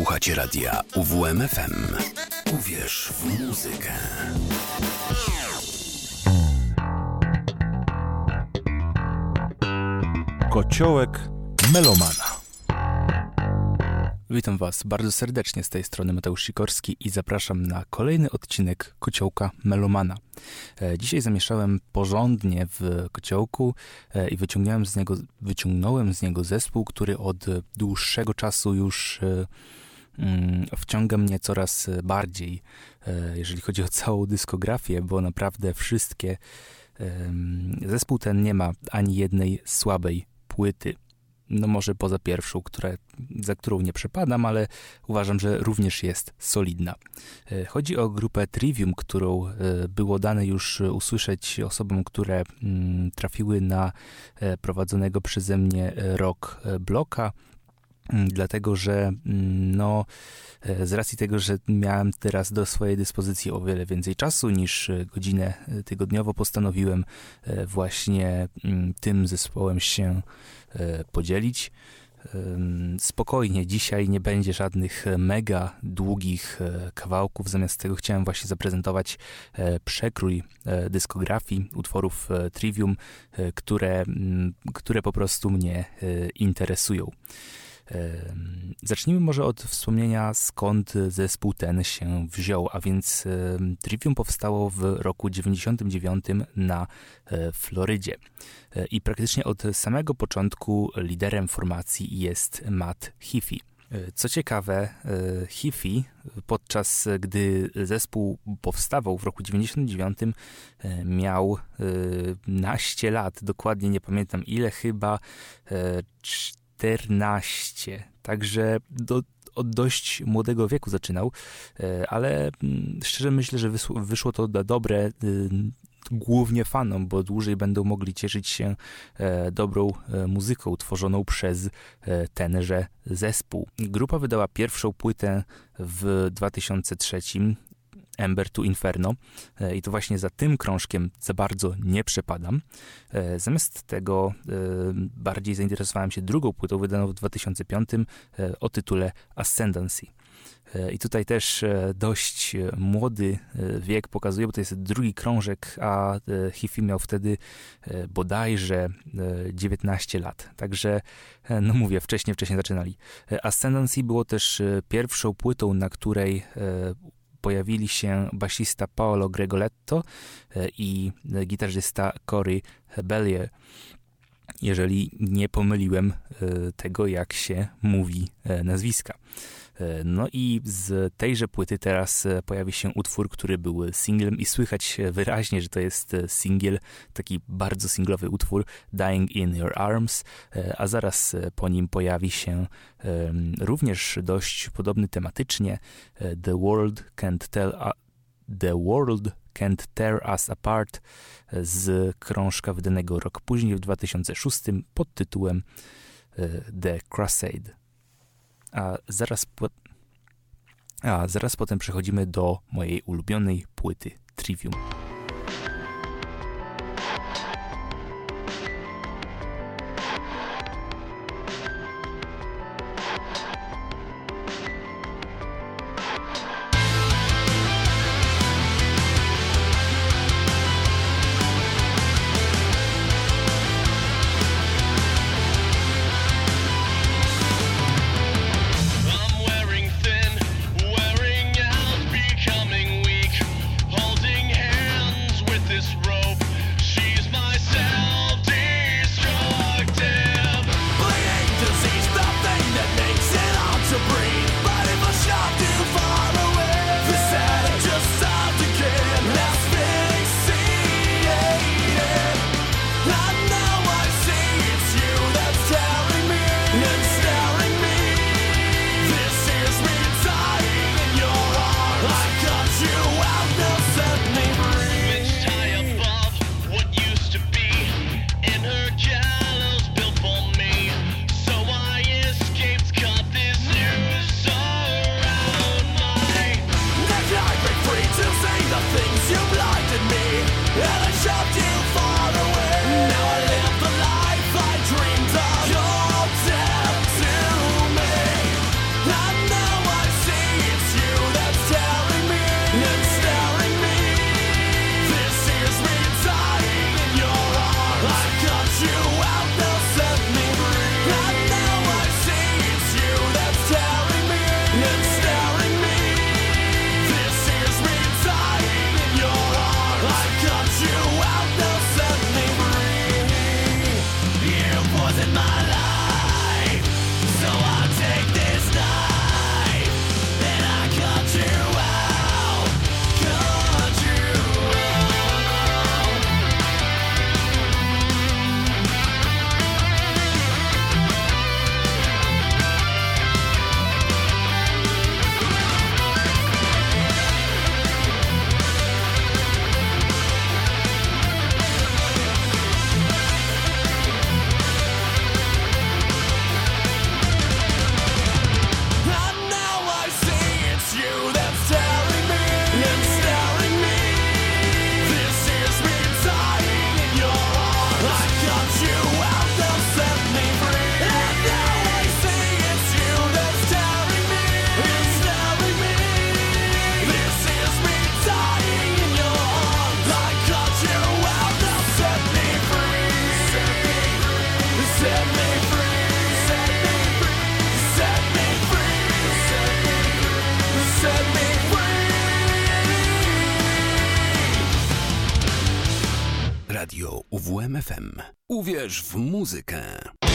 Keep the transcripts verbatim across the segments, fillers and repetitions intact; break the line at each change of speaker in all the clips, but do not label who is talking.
Słuchacie radia U W M F M. Uwierz w muzykę.
Kociołek melomana. Witam Was bardzo serdecznie, z tej strony Mateusz Sikorski i zapraszam na kolejny odcinek Kociołka Melomana. Dzisiaj zamieszałem porządnie w kociołku i wyciągnąłem z niego, wyciągnąłem z niego zespół, który od dłuższego czasu już wciąga mnie coraz bardziej, jeżeli chodzi o całą dyskografię, bo naprawdę wszystkie, zespół ten nie ma ani jednej słabej płyty. No może poza pierwszą, które, za którą nie przepadam, ale uważam, że również jest solidna. Chodzi o grupę Trivium, którą było dane już usłyszeć osobom, które trafiły na prowadzonego przeze mnie Rock Bloka, dlatego że no, z racji tego, że miałem teraz do swojej dyspozycji o wiele więcej czasu niż godzinę tygodniowo, postanowiłem właśnie tym zespołem się podzielić. Spokojnie, dzisiaj nie będzie żadnych mega długich kawałków, zamiast tego chciałem właśnie zaprezentować przekrój dyskografii utworów Trivium, które, które po prostu mnie interesują. Zacznijmy może od wspomnienia, skąd zespół ten się wziął, a więc Trivium powstało w roku dziewięćdziesiątym dziewiątym na Florydzie i praktycznie od samego początku liderem formacji jest Matt Heafy. Co ciekawe, Heafy, podczas gdy zespół powstawał w roku dziewięćdziesiątym dziewiątym, miał naście lat, dokładnie nie pamiętam ile, chyba czternaście, także do, od dość młodego wieku zaczynał, ale szczerze myślę, że wyszło, wyszło to dobre głównie fanom, bo dłużej będą mogli cieszyć się dobrą muzyką tworzoną przez tenże zespół. Grupa wydała pierwszą płytę w dwa tysiące trzecim, Ember to Inferno, i to właśnie za tym krążkiem za bardzo nie przepadam. Zamiast tego bardziej zainteresowałem się drugą płytą wydaną w dwa tysiące piątym o tytule Ascendancy. I tutaj też dość młody wiek pokazuje, bo to jest drugi krążek, a Heafy miał wtedy bodajże dziewiętnaście lat. Także, no mówię, wcześniej, wcześniej zaczynali. Ascendancy było też pierwszą płytą, na której pojawili się basista Paolo Gregoletto i gitarzysta Corey Bellier, jeżeli nie pomyliłem tego, jak się mówi nazwiska. No i z tejże płyty teraz pojawi się utwór, który był singlem i słychać wyraźnie, że to jest singiel, taki bardzo singlowy utwór, Dying in Your Arms, a zaraz po nim pojawi się również dość podobny tematycznie The World Can't Tell A- The World Can't Tear Us Apart z krążka wydanego rok później w dwa tysiące szóstym pod tytułem The Crusade. A zaraz, po... A zaraz potem przechodzimy do mojej ulubionej płyty Trivium.
Wearing out, becoming weak, holding hands.
W M F M. Uwierz w muzykę.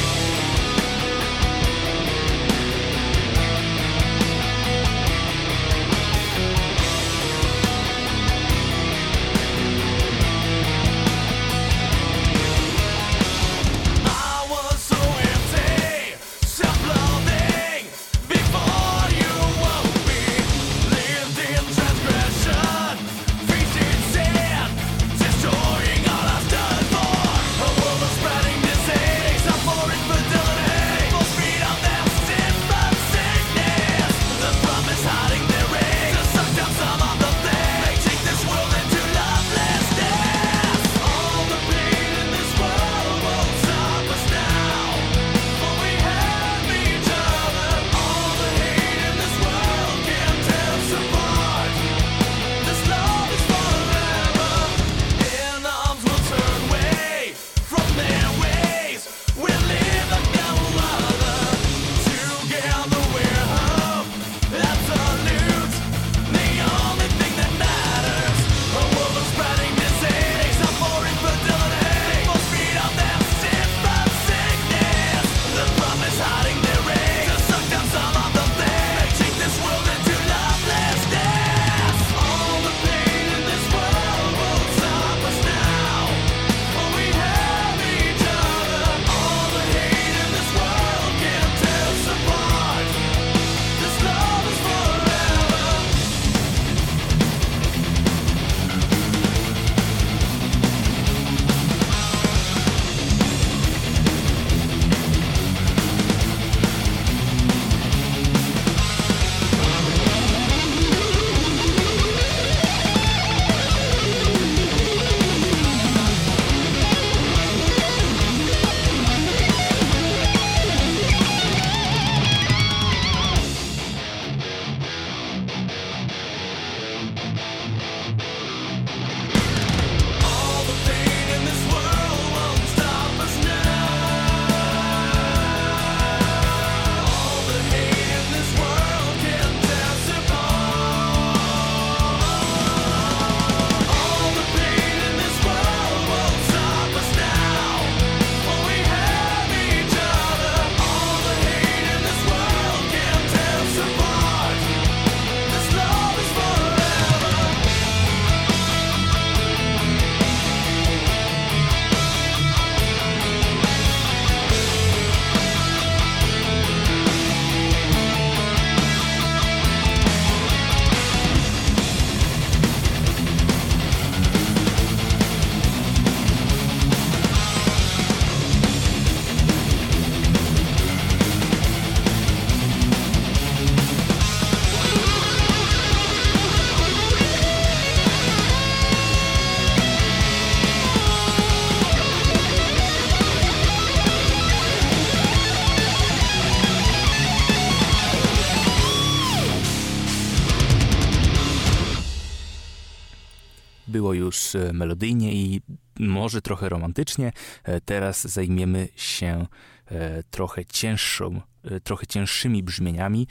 Było już melodyjnie i może trochę romantycznie. Teraz zajmiemy się trochę cięższą, trochę cięższymi brzmieniami,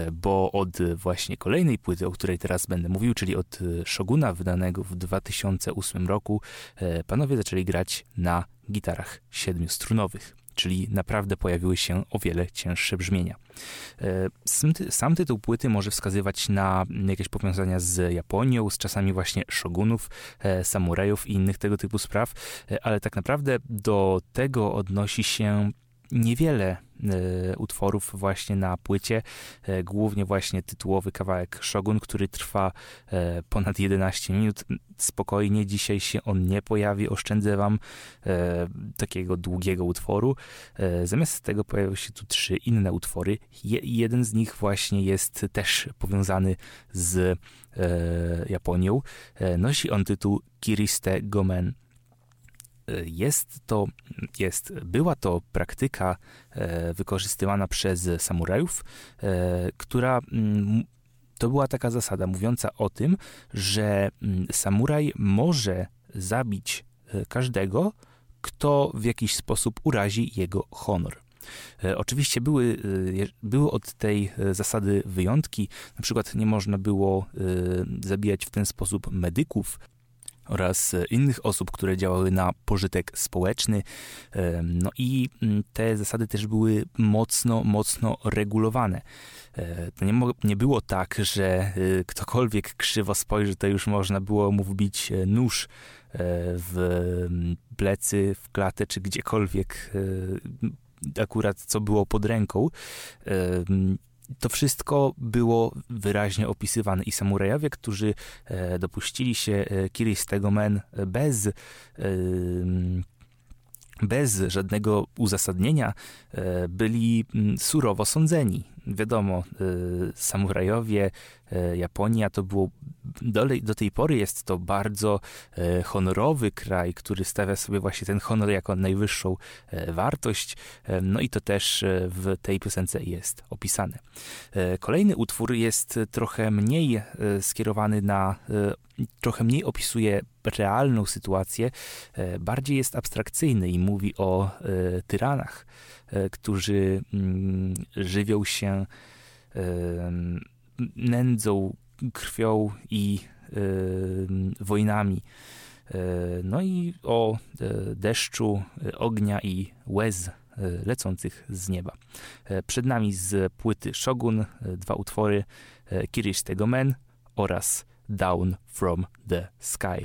bo od właśnie kolejnej płyty, o której teraz będę mówił, czyli od Shoguna, wydanego w dwa tysiące ósmym roku, panowie zaczęli grać na gitarach siedmiostrunowych, czyli naprawdę pojawiły się o wiele cięższe brzmienia. Sam, ty, sam tytuł płyty może wskazywać na jakieś powiązania z Japonią, z czasami właśnie szogunów, samurajów i innych tego typu spraw, ale tak naprawdę do tego odnosi się niewiele e, utworów właśnie na płycie, e, głównie właśnie tytułowy kawałek Shogun, który trwa e, ponad jedenaście minut. Spokojnie, dzisiaj się on nie pojawi, oszczędzę wam e, takiego długiego utworu. E, zamiast tego pojawią się tu trzy inne utwory. Je, jeden z nich właśnie jest też powiązany z e, Japonią. E, nosi on tytuł Kiriste Gomen. Jest to, jest, była to praktyka e, wykorzystywana przez samurajów, e, która m, to była taka zasada mówiąca o tym, że m, samuraj może zabić e, każdego, kto w jakiś sposób urazi jego honor. E, oczywiście były, e, były od tej e, zasady wyjątki, na przykład nie można było e, zabijać w ten sposób medyków, oraz innych osób, które działały na pożytek społeczny. No i te zasady też były mocno, mocno regulowane. To nie, mo- nie było tak, że ktokolwiek krzywo spojrzy, to już można było mu wbić nóż w plecy, w klatę, czy gdziekolwiek akurat co było pod ręką. To wszystko było wyraźnie opisywane i samurajowie, którzy dopuścili się Kiris Tegomen bez bez żadnego uzasadnienia, byli surowo sądzeni. Wiadomo, samurajowie, Japonia to było, do, do tej pory jest to bardzo honorowy kraj, który stawia sobie właśnie ten honor jako najwyższą wartość. No i to też w tej piosence jest opisane. Kolejny utwór jest trochę mniej skierowany na, trochę mniej opisuje realną sytuację, bardziej jest abstrakcyjny i mówi o tyranach, którzy żywią się nędzą, krwią i wojnami. No i o deszczu, ognia i łez lecących z nieba. Przed nami z płyty Shogun dwa utwory Kiris Tegomen oraz Down from the Sky.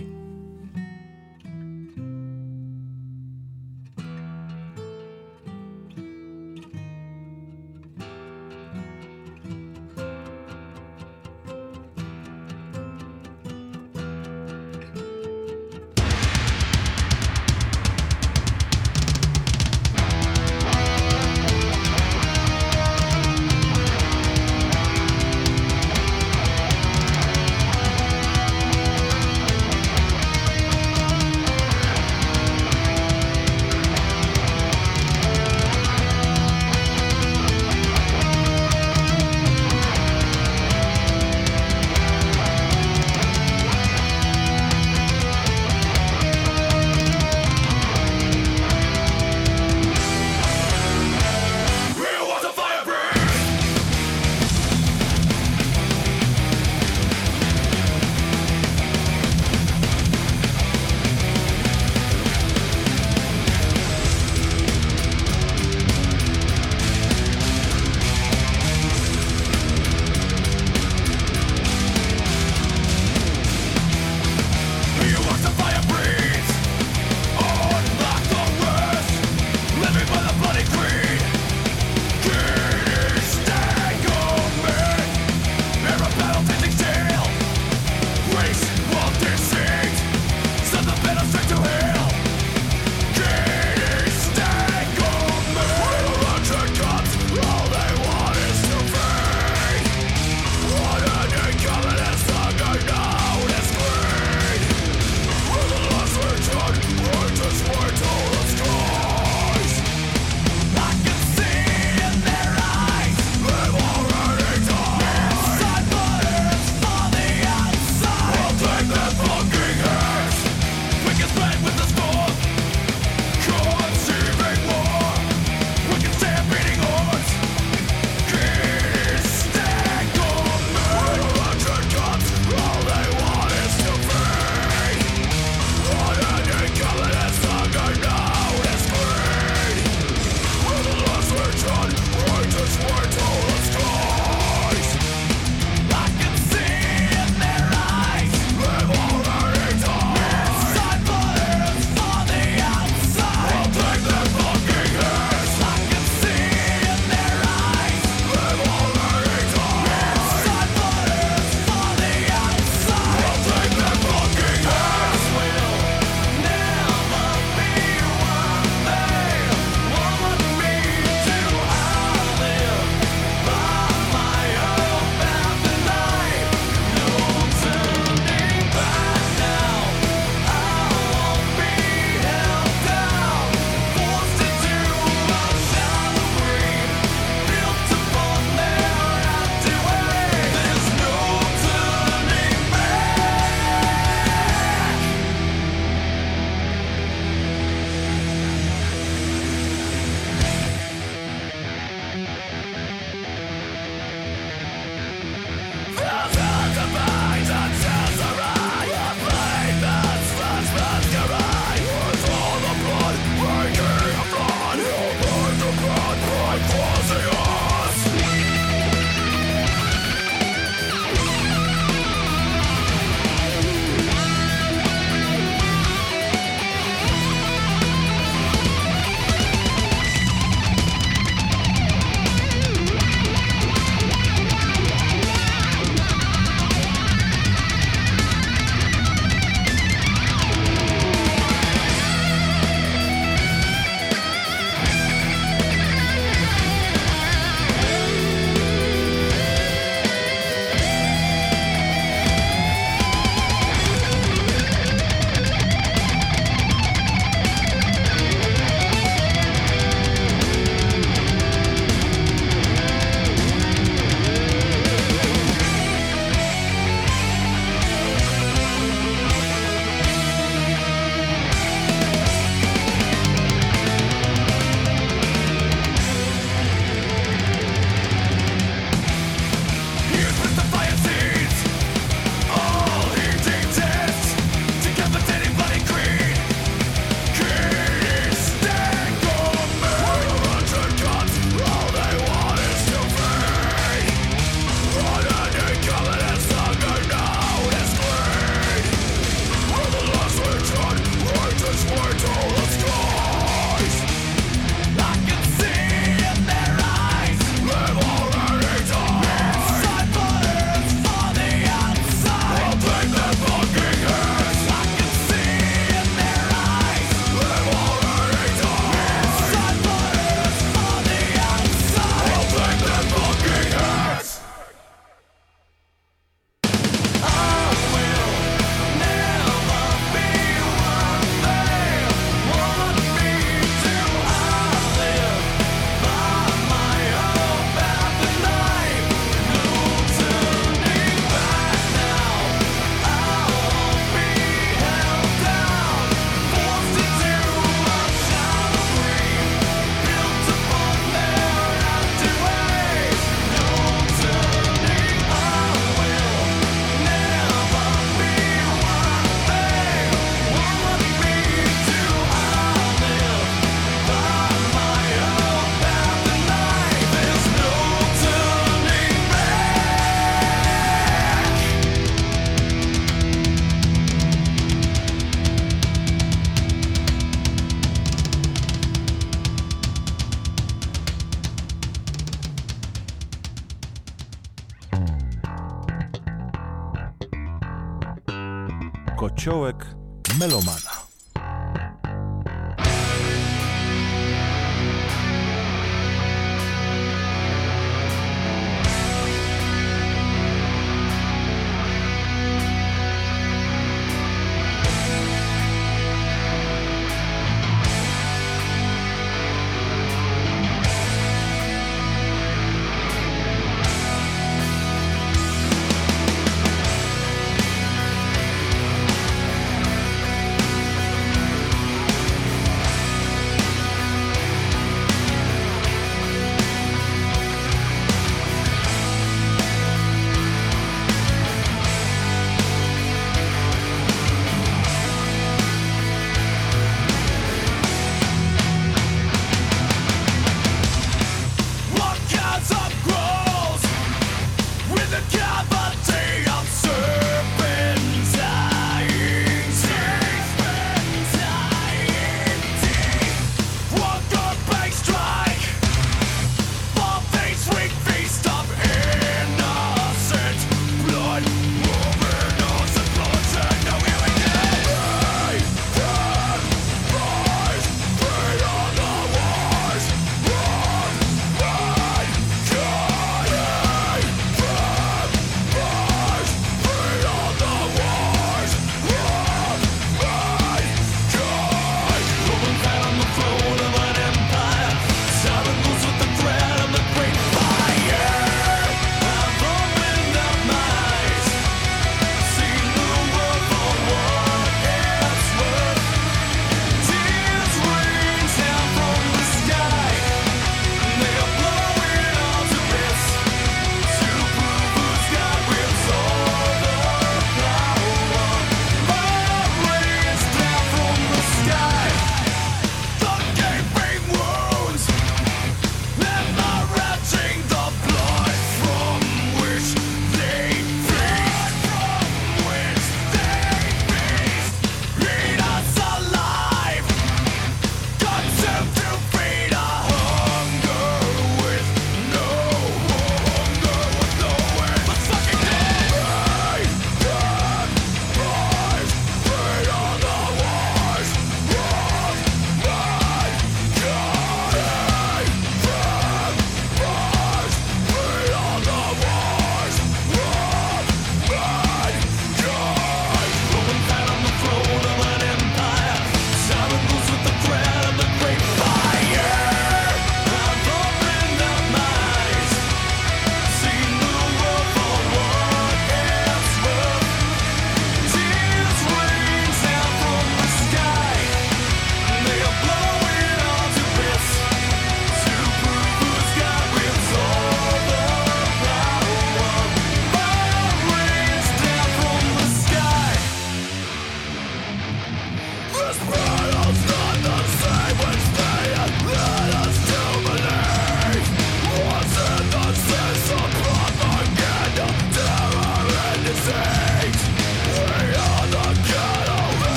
Kociołek melomana.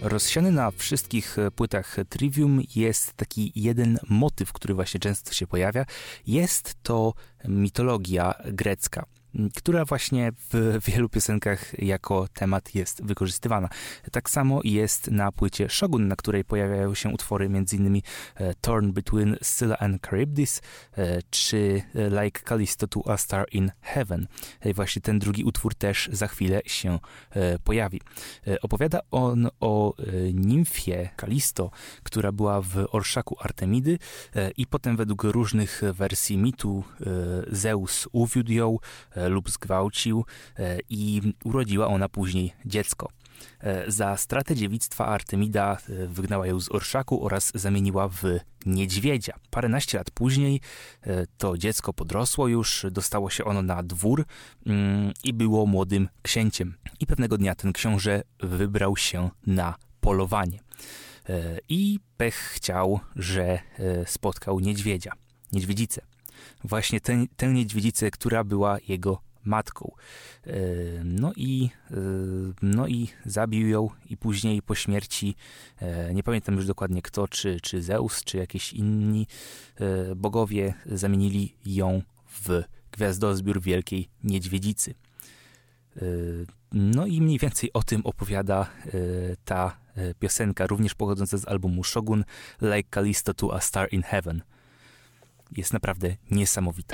Rozsiany na wszystkich płytach Trivium jest taki jeden motyw, który właśnie często się pojawia. Jest to mitologia grecka, która właśnie w wielu piosenkach jako temat jest wykorzystywana. Tak samo jest na płycie Shogun, na której pojawiają się utwory m.in. Torn Between Scylla and Charybdis czy Like Callisto to a Star in Heaven. Właśnie ten drugi utwór też za chwilę się pojawi. Opowiada on o nimfie Kalisto, która była w orszaku Artemidy i potem według różnych wersji mitu Zeus uwiódł ją lub zgwałcił i urodziła ona później dziecko. Za stratę dziewictwa Artemida wygnała ją z orszaku oraz zamieniła w niedźwiedzia. Paręnaście lat później to dziecko podrosło już, dostało się ono na dwór i było młodym księciem. I pewnego dnia ten książę wybrał się na polowanie. I pech chciał, że spotkał niedźwiedzia, niedźwiedzicę. Właśnie tę, tę niedźwiedzicę, która była jego matką. No i, no i zabił ją i później po śmierci, nie pamiętam już dokładnie kto, czy, czy Zeus, czy jakieś inni bogowie zamienili ją w gwiazdozbiór Wielkiej Niedźwiedzicy. No i mniej więcej o tym opowiada ta piosenka, również pochodząca z albumu Shogun, Like Callisto to a Star in Heaven. Jest naprawdę niesamowita.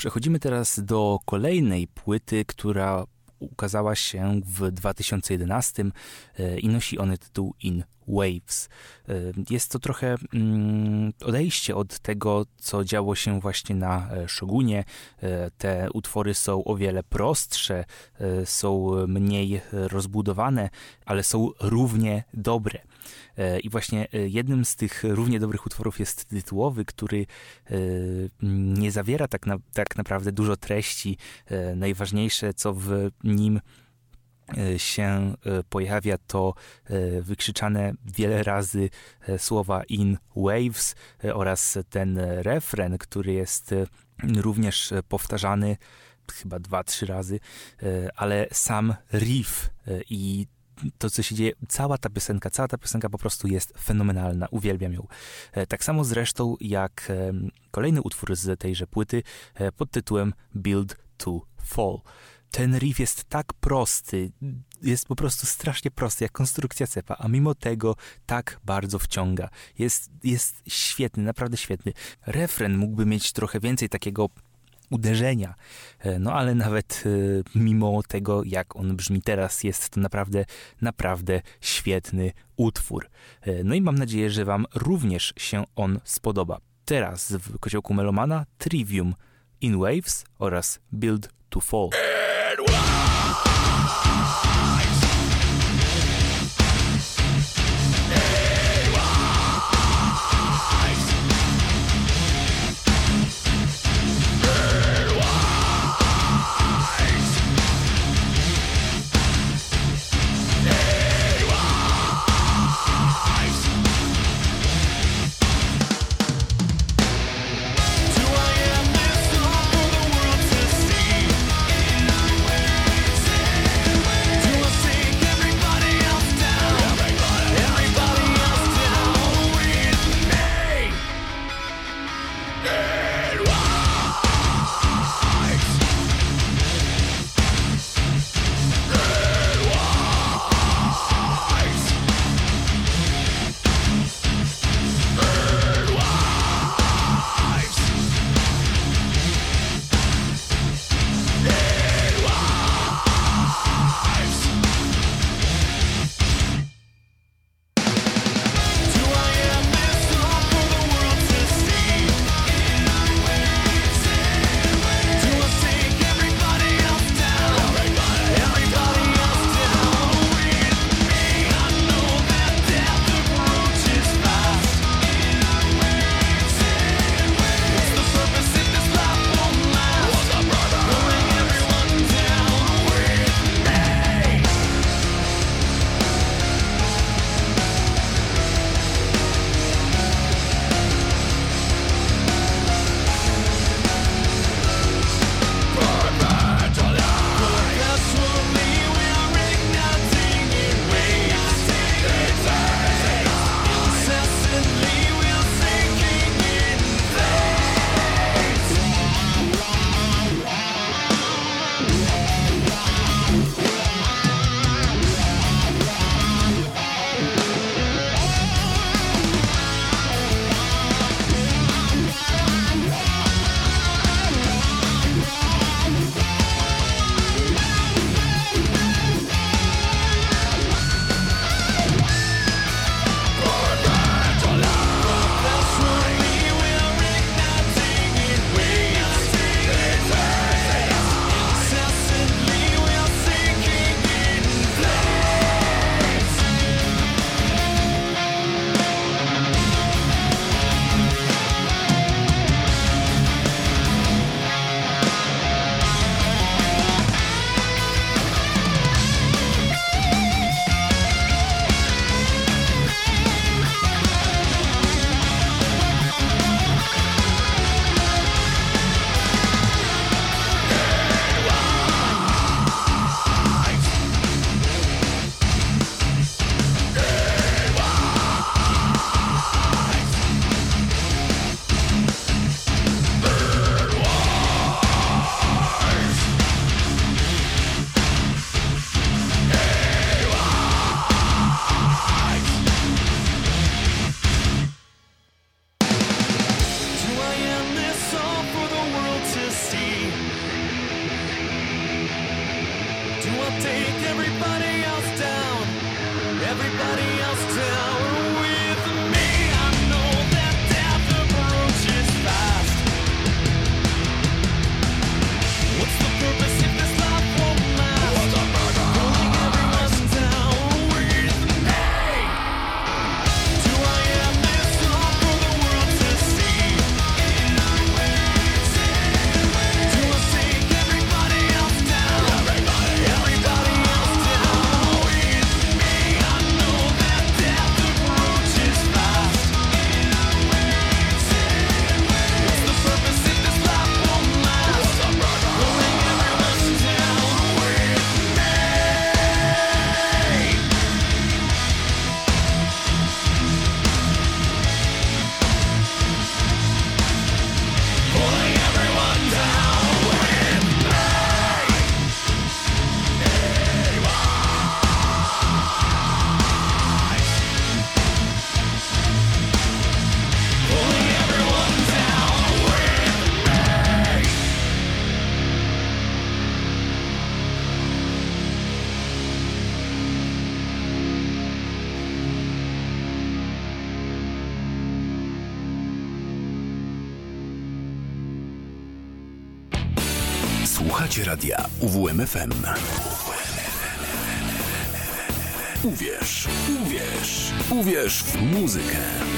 Przechodzimy teraz do kolejnej płyty, która ukazała się w dwa tysiące jedenastym i nosi one tytuł In Waves. Jest to trochę mm, odejście od tego, co działo się właśnie na Shogunie. Te utwory są o wiele prostsze, są mniej rozbudowane, ale są równie dobre. I właśnie jednym z tych równie dobrych utworów jest tytułowy, który nie zawiera tak, na, tak naprawdę dużo treści. Najważniejsze, co w nim się pojawia, to wykrzyczane wiele razy słowa In Waves oraz ten refren, który jest również powtarzany chyba dwa, trzy razy, ale sam riff i to, co się dzieje, cała ta piosenka, cała ta piosenka po prostu jest fenomenalna, uwielbiam ją. Tak samo zresztą jak kolejny utwór z tejże płyty pod tytułem Build to Fall. Ten riff jest tak prosty, jest po prostu strasznie prosty, jak konstrukcja cepa, a mimo tego tak bardzo wciąga. Jest, jest świetny, naprawdę świetny. Refren mógłby mieć trochę więcej takiego uderzenia, no ale nawet y, mimo tego, jak on brzmi teraz, jest to naprawdę, naprawdę świetny utwór. Y, no i mam nadzieję, że wam również się on spodoba. Teraz w kociołku Melomana Trivium, In Waves oraz Build to Fall.
Do I am this for the world to see?
Słuchacie radia U W M F M. Uwierz, uwierz, uwierz w muzykę.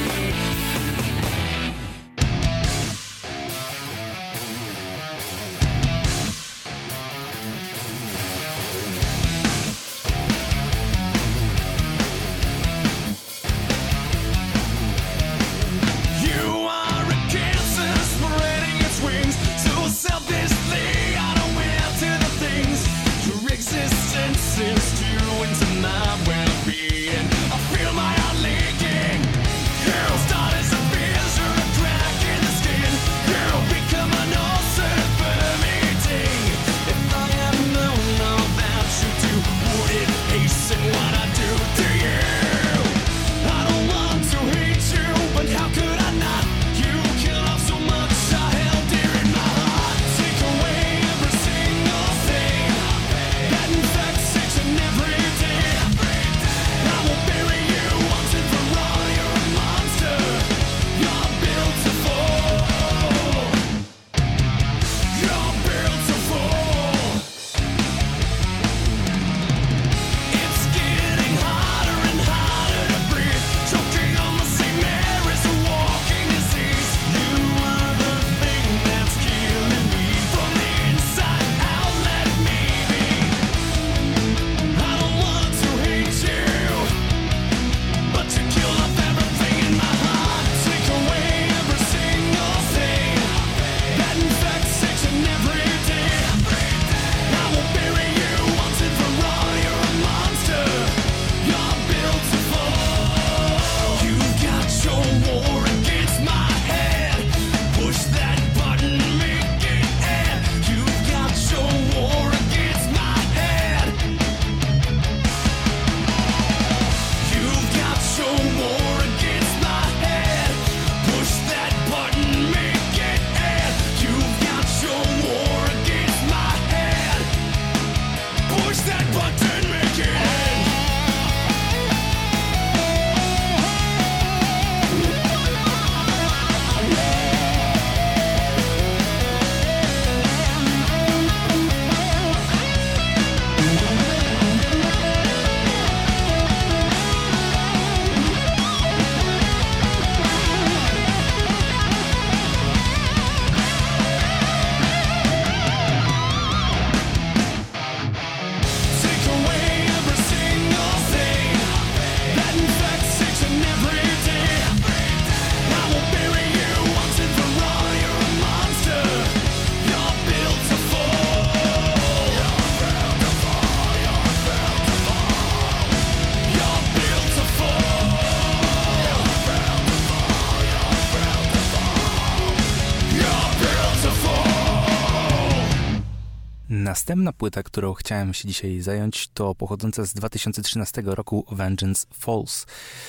Następna płyta, którą chciałem się dzisiaj zająć, to pochodząca z dwa tysiące trzynastego roku Vengeance Falls.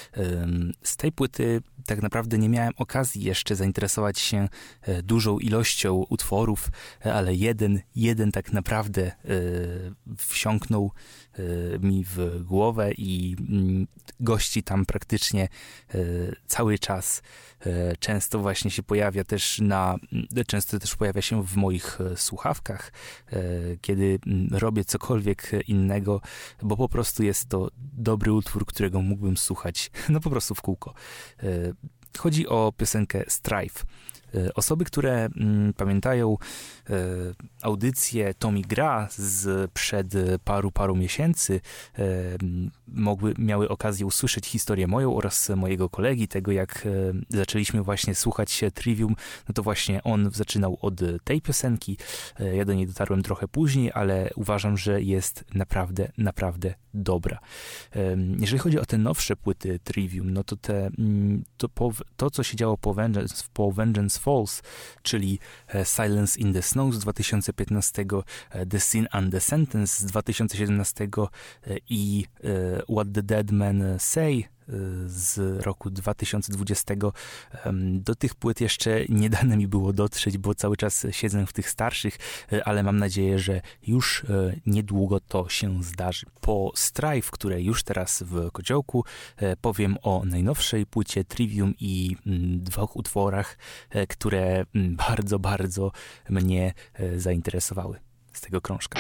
Z tej płyty tak naprawdę nie miałem okazji jeszcze zainteresować się dużą ilością utworów, ale jeden, jeden tak naprawdę wsiąknął mi w głowę i gości tam praktycznie cały czas. Często właśnie się pojawia też na, często też pojawia się w moich słuchawkach, kiedy robię cokolwiek innego, bo po prostu jest to dobry utwór, którego mógłbym słuchać no po prostu w kółko. Chodzi o piosenkę Strife. Osoby, które mm, pamiętają e, audycję Tommy Gra z przed paru, paru miesięcy, e, mogły, miały okazję usłyszeć historię moją oraz mojego kolegi, tego jak e, zaczęliśmy właśnie słuchać Trivium, no to właśnie on zaczynał od tej piosenki. E, ja do niej dotarłem trochę później, ale uważam, że jest naprawdę, naprawdę dobra. E, jeżeli chodzi o te nowsze płyty Trivium, no to te, to, po, to co się działo po Vengeance, po Vengeance Falls, czyli Silence in the Snow z dwa tysiące piętnastego, The Sin and the Sentence z dwa tysiące siedemnastego i What the Dead Men Say z roku dwa tysiące dwudziestego. Do tych płyt jeszcze nie dane mi było dotrzeć, bo cały czas siedzę w tych starszych, ale mam nadzieję, że już niedługo to się zdarzy. Po Strife, które już teraz w kociołku, powiem o najnowszej płycie Trivium i dwóch utworach, które bardzo, bardzo mnie zainteresowały. z tego krążka.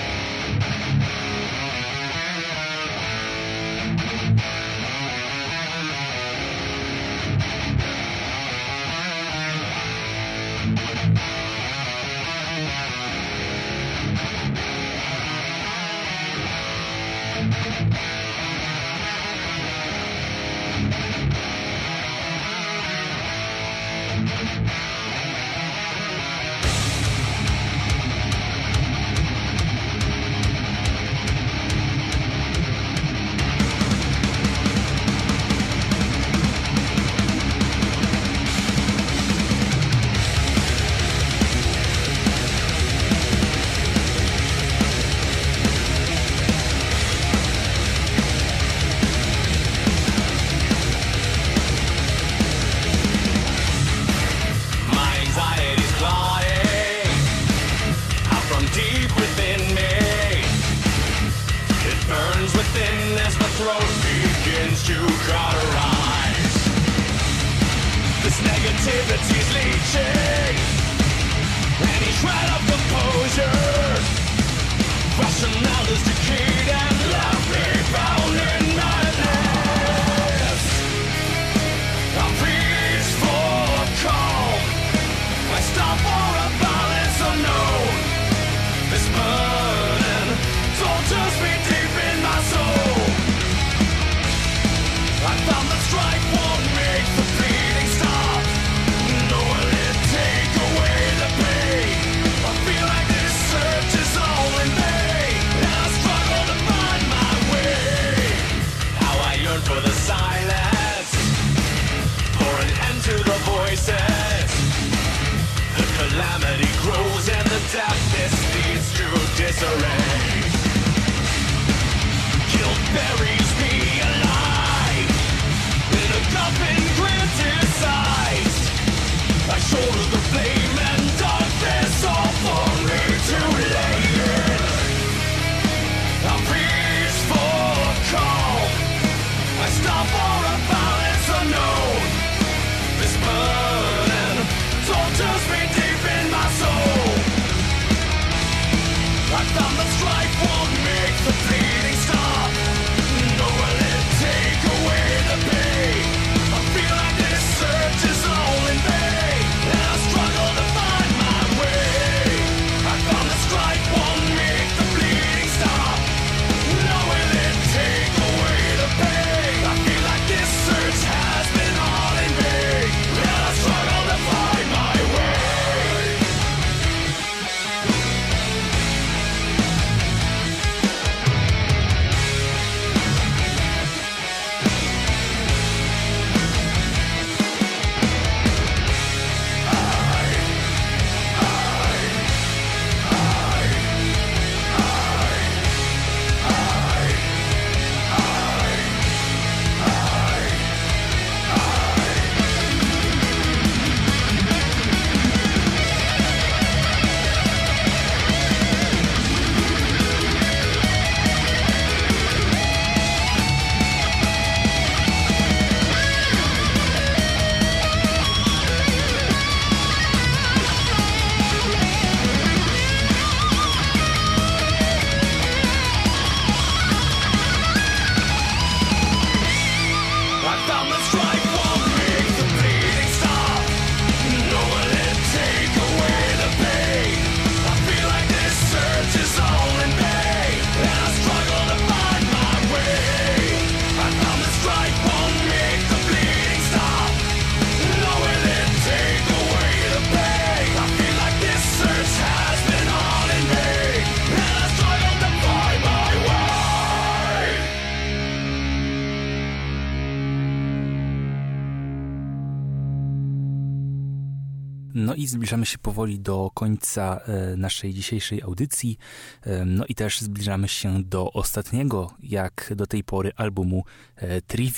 No i zbliżamy się powoli do końca naszej dzisiejszej audycji. No i też zbliżamy się do ostatniego, jak do tej pory, albumu Trivium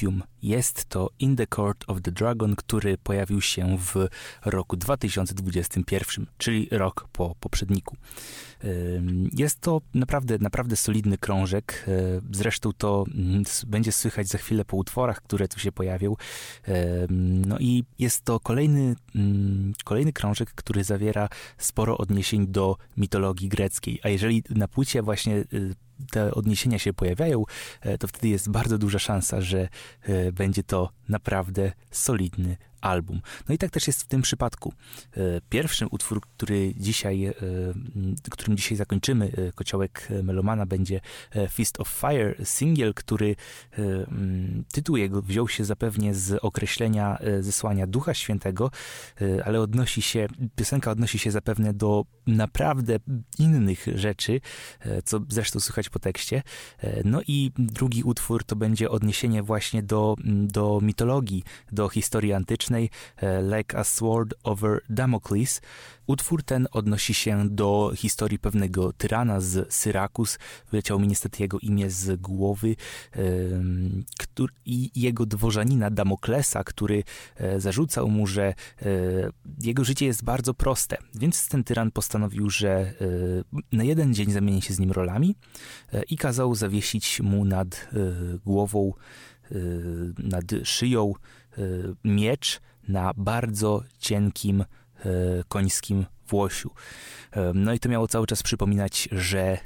Jest to In the Court of the Dragon, który pojawił się w roku dwa tysiące dwudziestym pierwszym, czyli rok po poprzedniku. Jest to naprawdę, naprawdę solidny krążek. Zresztą to będzie słychać za chwilę po utworach, które tu się pojawią. No i jest to kolejny, kolejny krążek, który zawiera sporo odniesień do mitologii greckiej. A jeżeli na płycie właśnie te odniesienia się pojawiają, to wtedy jest bardzo duża szansa, że będzie to naprawdę solidny album. No i tak też jest w tym przypadku. Pierwszym utwór, który dzisiaj, którym dzisiaj zakończymy kociołek Melomana, będzie Fist of Fire, singiel, który tytuł jego wziął się zapewne z określenia zesłania Ducha Świętego, ale odnosi się, piosenka odnosi się zapewne do naprawdę innych rzeczy, co zresztą słychać po tekście. No i drugi utwór to będzie odniesienie właśnie do, do mitologii, do historii antycznej, Like a Sword over Damocles. Utwór ten odnosi się do historii pewnego tyrana z Syrakus. Wyleciało mi niestety jego imię z głowy. Który, i jego dworzanina Damoklesa, który zarzucał mu, że jego życie jest bardzo proste. Więc ten tyran postanowił, że na jeden dzień zamieni się z nim rolami i kazał zawiesić mu nad głową, nad szyją miecz na bardzo cienkim końskim włosiu. No i to miało cały czas przypominać, że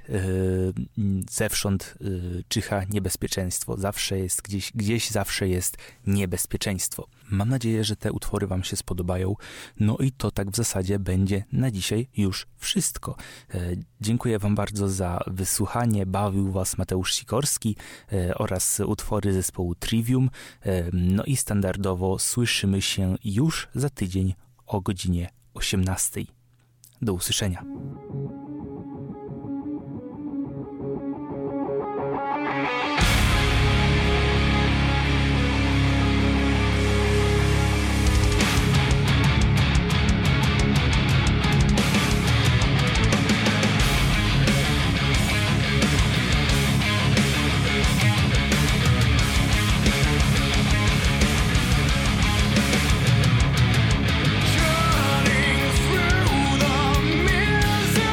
zewsząd czyha niebezpieczeństwo. Zawsze jest gdzieś, gdzieś zawsze jest niebezpieczeństwo. Mam nadzieję, że te utwory wam się spodobają. No i to tak w zasadzie będzie na dzisiaj już wszystko. Dziękuję wam bardzo za wysłuchanie. Bawił was Mateusz Sikorski oraz utwory zespołu Trivium. No i standardowo słyszymy się już za tydzień o godzinie osiemnastej. Do usłyszenia.
Running through the misery.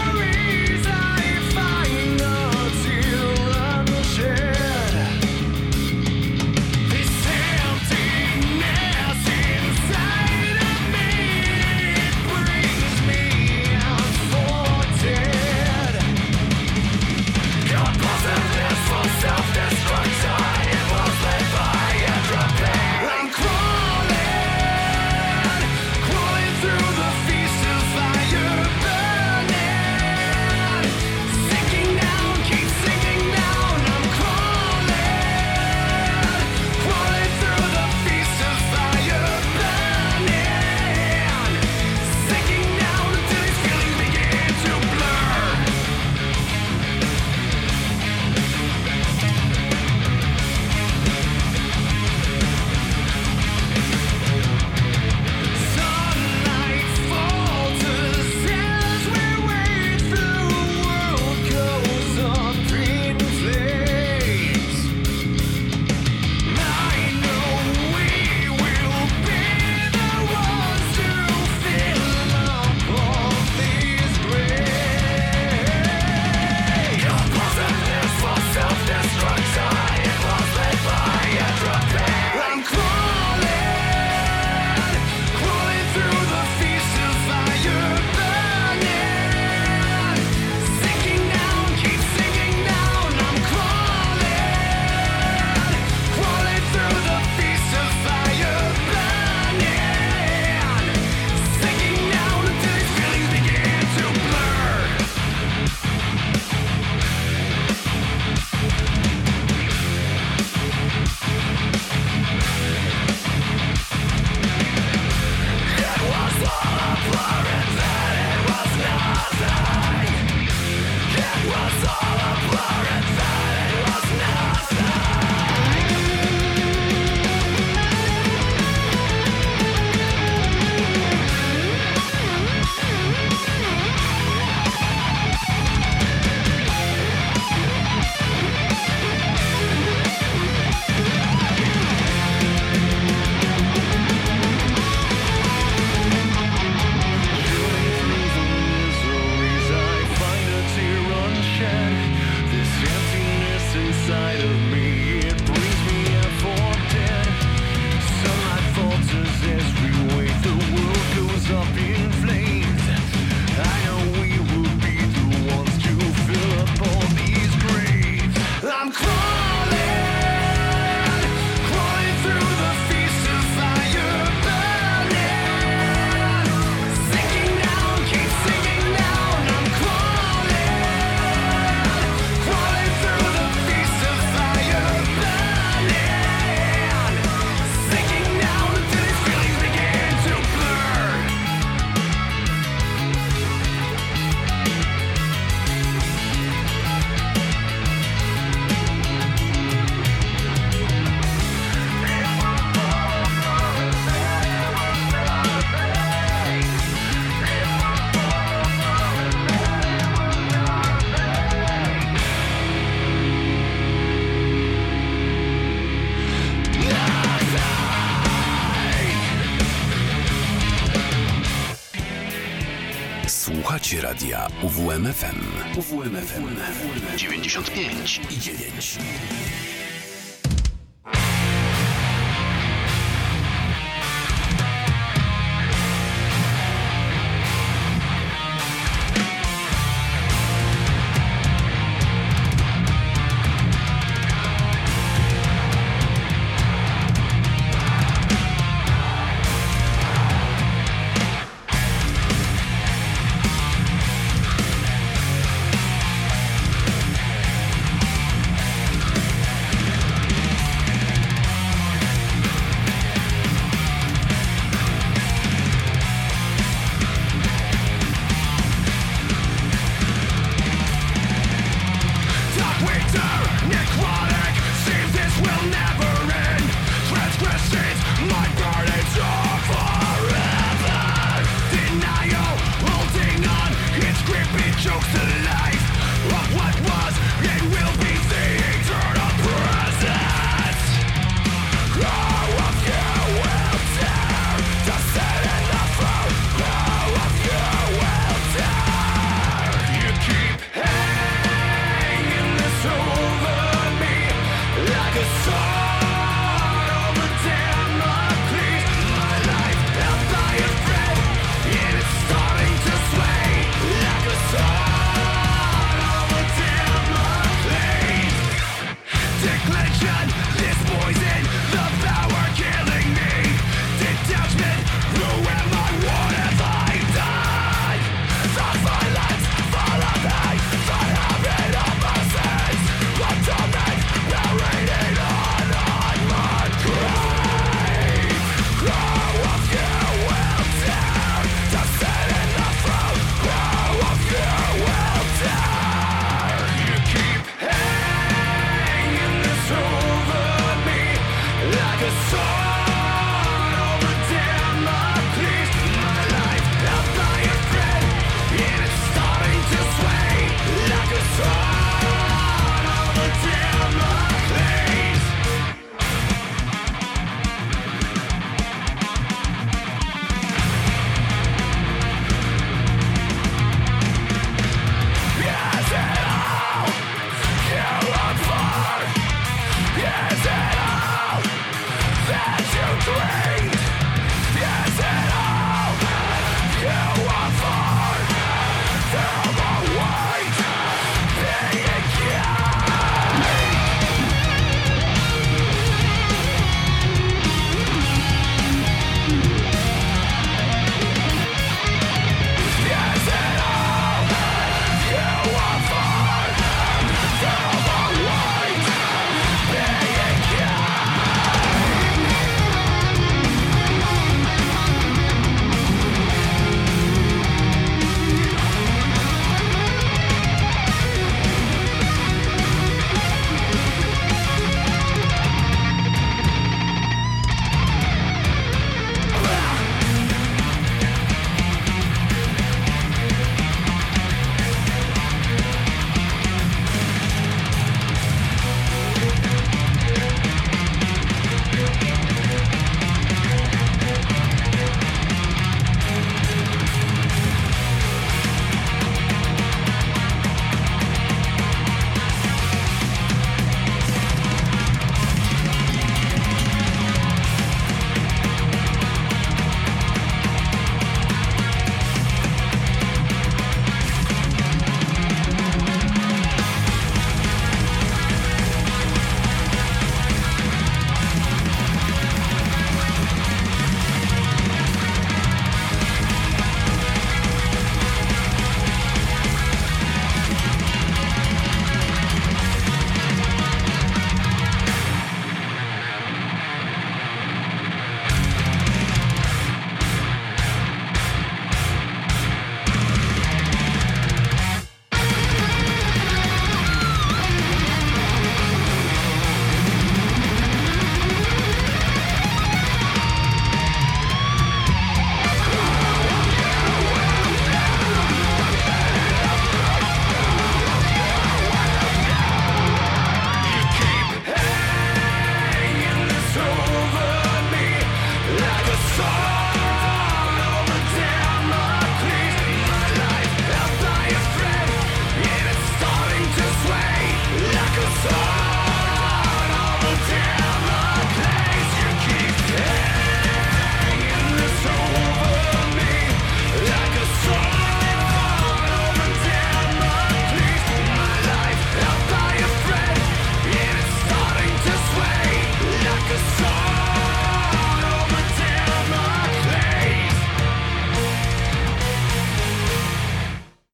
Słuchacie radia U W M F M. U W M F M dziewięćdziesiąt pięć i dziewięć.